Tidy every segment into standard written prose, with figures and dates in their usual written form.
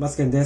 マツケンです。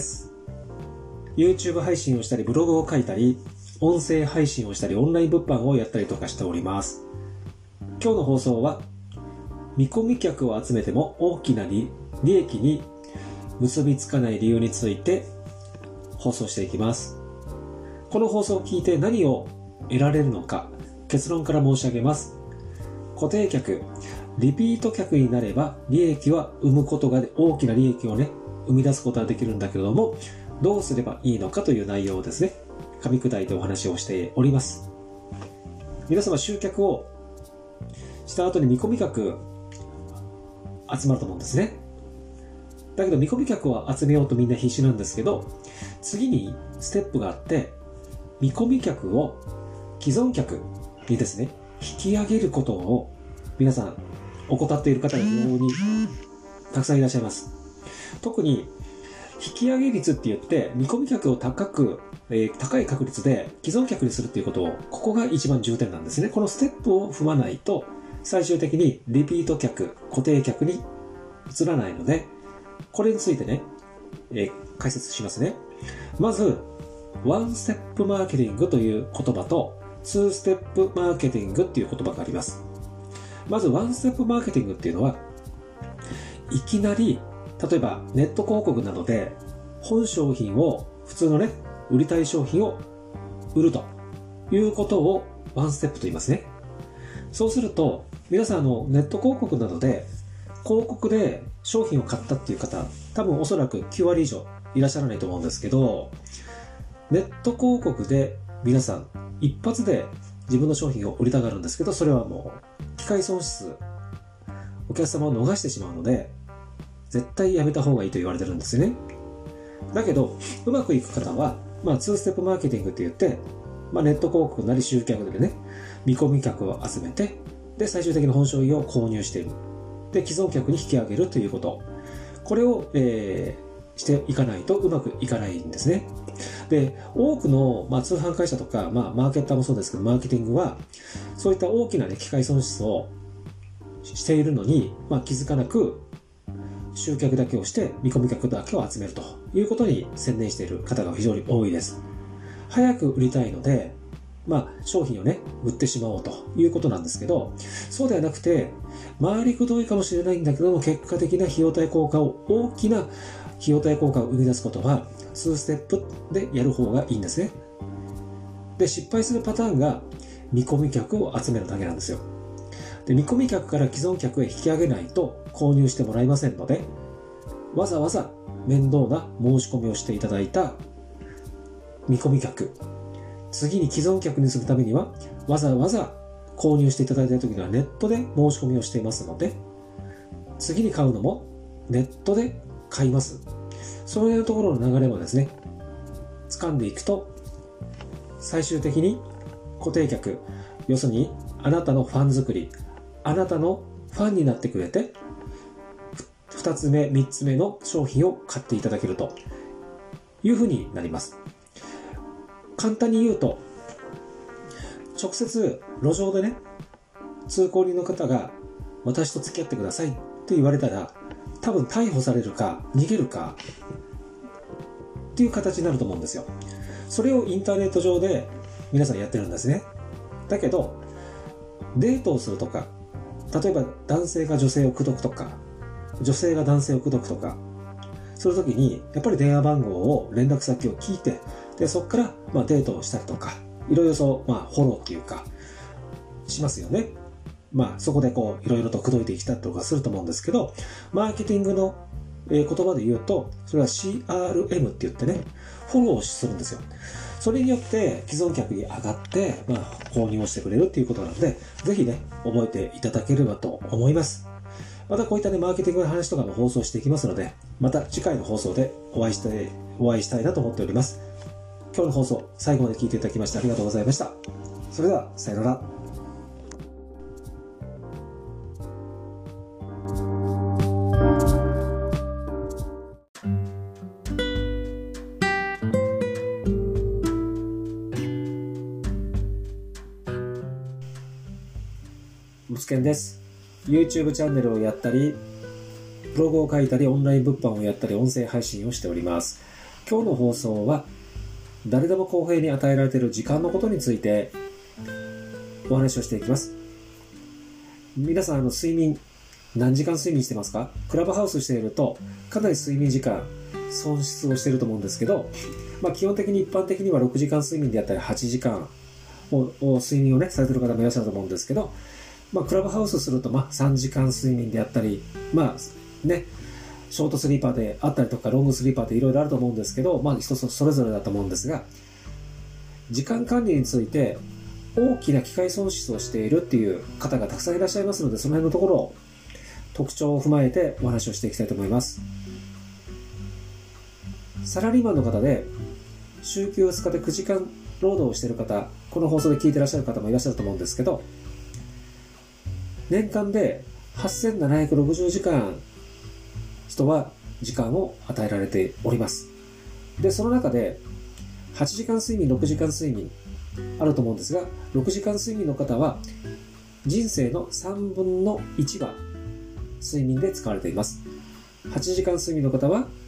YouTube 配信をしたりブログを書いたり音声配信をしたりオンライン物販をやったりとかしております。今日の放送は見込み客を集めても大きな利益に結びつかない理由について放送していきます。この放送を聞いて何を得られるのか結論から申し上げます。固定客、リピート客になれば利益は生むことが大きな利益を生み出すことができるんだけれども、どうすればいいのかという内容をですね、噛み砕いてお話をしております。皆様集客をした後に見込み客集まると思うんですね。だけど見込み客を集めようとみんな必死なんですけど、次にステップがあって、見込み客を既存客にですね、引き上げることを皆さん怠っている方が非常にたくさんいらっしゃいます。特に引き上げ率って言って見込み客を高い確率で既存客にするっていうことを、ここが一番重点なんですね。このステップを踏まないと最終的にリピート客、固定客に移らないので、これについてね、解説しますね。まずワンステップマーケティングという言葉とツーステップマーケティングっていう言葉があります。まずワンステップマーケティングっていうのは、いきなり例えばネット広告などで本商品を普通の売りたい商品を売るということをワンステップと言いますね。そうすると皆さんネット広告などで広告で商品を買ったっていう方、多分おそらく9割以上いらっしゃらないと思うんですけど、ネット広告で皆さん一発で自分の商品を売りたがるんですけど、それはもう機会損失、お客様を逃してしまうので絶対やめた方がいいと言われてるんですよね。だけどうまくいく方は、2ステップマーケティングって言って、ネット広告なり集客で見込み客を集めて、で最終的に本商品を購入している、で既存客に引き上げるということ、これを、していかないとうまくいかないんですね。で多くの、通販会社とか、マーケッターもそうですけど、マーケティングはそういった大きな機会損失をしているのに、気づかなく集客だけをして見込み客だけを集めるということに専念している方が非常に多いです。早く売りたいので、商品を売ってしまおうということなんですけど、そうではなくて、回りくどいかもしれないんだけども、結果的な費用対効果を、大きな費用対効果を生み出すことは2ステップでやる方がいいんですね。で失敗するパターンが見込み客を集めるだけなんですよ。で見込み客から既存客へ引き上げないと購入してもらえませんので、わざわざ面倒な申し込みをしていただいた見込み客、次に既存客にするためにはわざわざ購入していただいた時にはネットで申し込みをしていますので、次に買うのもネットで買います。そういうところの流れもですね、掴んでいくと、最終的に固定客、要するにあなたのファン作り、あなたのファンになってくれて、2つ目3つ目の商品を買っていただけるというふうになります。簡単に言うと、直接路上で通行人の方が私と付き合ってくださいって言われたら、多分逮捕されるか逃げるかっていう形になると思うんですよ。それをインターネット上で皆さんやってるんですね。だけどデートをするとか、例えば男性が女性を口説くとか、女性が男性を口説くとか、そういう時にやっぱり電話番号を、連絡先を聞いて、でそこからデートをしたりとか、いろいろフォローっていうかしますよね。そこでいろいろと口説いてきたりとかすると思うんですけど、マーケティングの言葉で言うと、それは CRM って言ってフォローするんですよ。それによって既存客に上がって、購入をしてくれるっていうことなので、ぜひ覚えていただければと思います。またこういったマーケティングの話とかも放送していきますので、また次回の放送でお会いしたいなと思っております。今日の放送最後まで聞いていただきましてありがとうございました。それではさよなら。マツケンです。YouTube チャンネルをやったり、 ブログを書いたり、オンライン物販をやったり、音声配信をしております。今日の放送は、誰でも公平に与えられている時間のことについてお話をしていきます。皆さん、睡眠、何時間睡眠してますか？クラブハウスしていると、かなり睡眠時間、損失をしていると思うんですけど、基本的に一般的には6時間睡眠であったり、8時間睡眠をね、されている方もいらっしゃると思うんですけど、クラブハウスすると、3時間睡眠であったり、ショートスリーパーであったりとか、ロングスリーパーでいろいろあると思うんですけど、人それぞれだと思うんですが、時間管理について大きな機会損失をしているっていう方がたくさんいらっしゃいますので、その辺のところを特徴を踏まえてお話をしていきたいと思います。サラリーマンの方で、週休2日で9時間労働をしている方、この放送で聞いていらっしゃる方もいらっしゃると思うんですけど、年間で8760時間人は時間を与えられております。で、その中で8時間睡眠、6時間睡眠あると思うんですが、6時間睡眠の方は人生の3分の1は睡眠で使われています。8時間睡眠の方は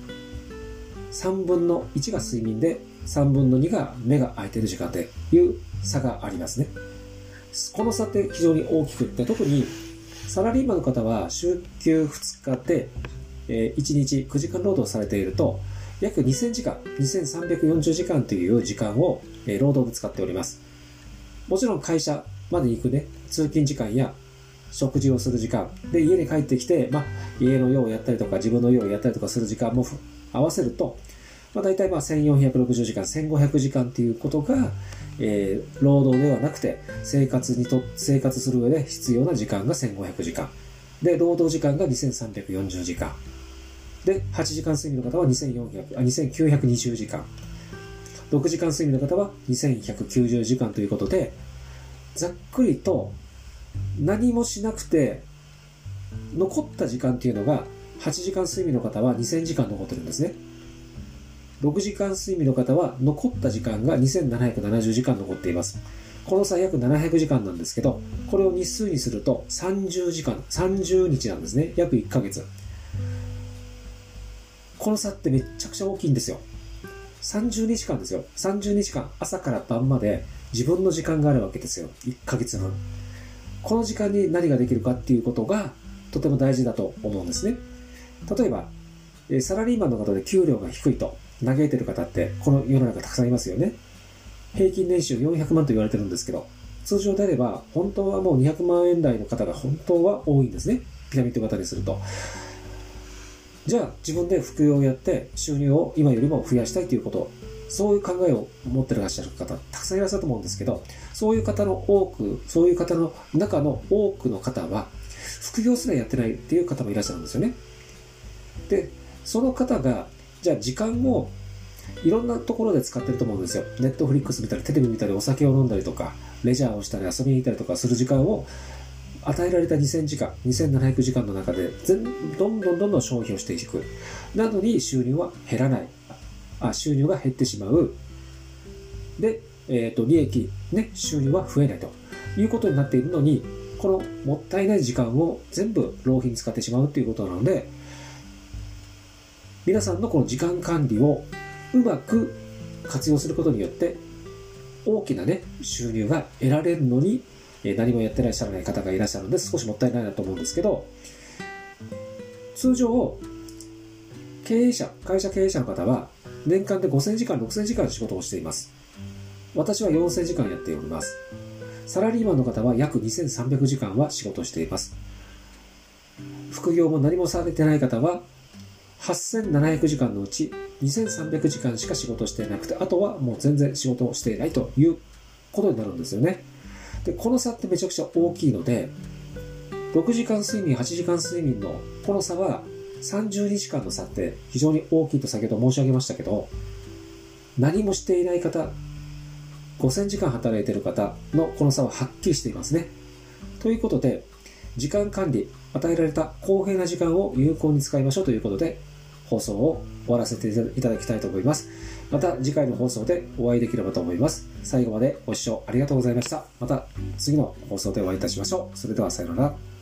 3分の1が睡眠で、3分の2が目が開いている時間という差がありますね。この差って非常に大きくって、特にサラリーマンの方は週休2日で1日9時間労働されていると、約2000時間、2340時間という時間を労働で使っております。もちろん会社まで行くね、通勤時間や食事をする時間で、家に帰ってきて、家の用をやったりとか自分の用をやったりとかする時間も合わせると、大体1460時間、1500時間ということが、労働ではなくて生活する上で必要な時間が1500時間で、労働時間が2340時間で、8時間睡眠の方は2920時間、6時間睡眠の方は2190時間ということで、ざっくりと何もしなくて残った時間っていうのが、8時間睡眠の方は2000時間残ってるんですね。6時間睡眠の方は残った時間が2770時間残っています。この差約700時間なんですけど、これを日数にすると30時間、30日なんですね。約1ヶ月。この差ってめっちゃくちゃ大きいんですよ。30日間ですよ。30日間、朝から晩まで自分の時間があるわけですよ。1ヶ月分。この時間に何ができるかっていうことがとても大事だと思うんですね。例えば、サラリーマンの方で給料が低いと嘆いてる方ってこの世の中たくさんいますよね。平均年収400万と言われてるんですけど、通常であれば本当はもう200万円台の方が本当は多いんですね。ピラミッド型にすると。じゃあ自分で副業をやって収入を今よりも増やしたいということ、そういう考えを持ってらっしゃる方たくさんいらっしゃると思うんですけど、そういう方の中の多くの方は副業すらやってないっていう方もいらっしゃるんですよね。で、その方がじゃあ時間をいろんなところで使ってると思うんですよ。ネットフリックス見たり、テレビ見たり、お酒を飲んだりとか、レジャーをしたり、遊びに行ったりとかする時間を与えられた2000時間、2700時間の中でどんどん消費をしていく。なのに収入は減らない。収入が減ってしまう。で、利益、収入は増えないということになっているのに、このもったいない時間を全部浪費に使ってしまうということなので、皆さんのこの時間管理をうまく活用することによって大きな収入が得られるのに、何もやってらっしゃらない方がいらっしゃるので少しもったいないなと思うんですけど、通常会社経営者の方は年間で5000時間6000時間仕事をしています。私は4000時間やっております。サラリーマンの方は約2300時間は仕事をしています。副業も何もされてない方は8700時間のうち2300時間しか仕事していなくて、あとはもう全然仕事をしていないということになるんですよね。で、この差ってめちゃくちゃ大きいので、6時間睡眠、8時間睡眠のこの差は30日間の差って非常に大きいと先ほど申し上げましたけど、何もしていない方、5000時間働いている方のこの差ははっきりしていますね。ということで、時間管理、与えられた公平な時間を有効に使いましょうということで、放送を終わらせていただきたいと思います。また次回の放送でお会いできればと思います。最後までご視聴ありがとうございました。また次の放送でお会いいたしましょう。それではさようなら。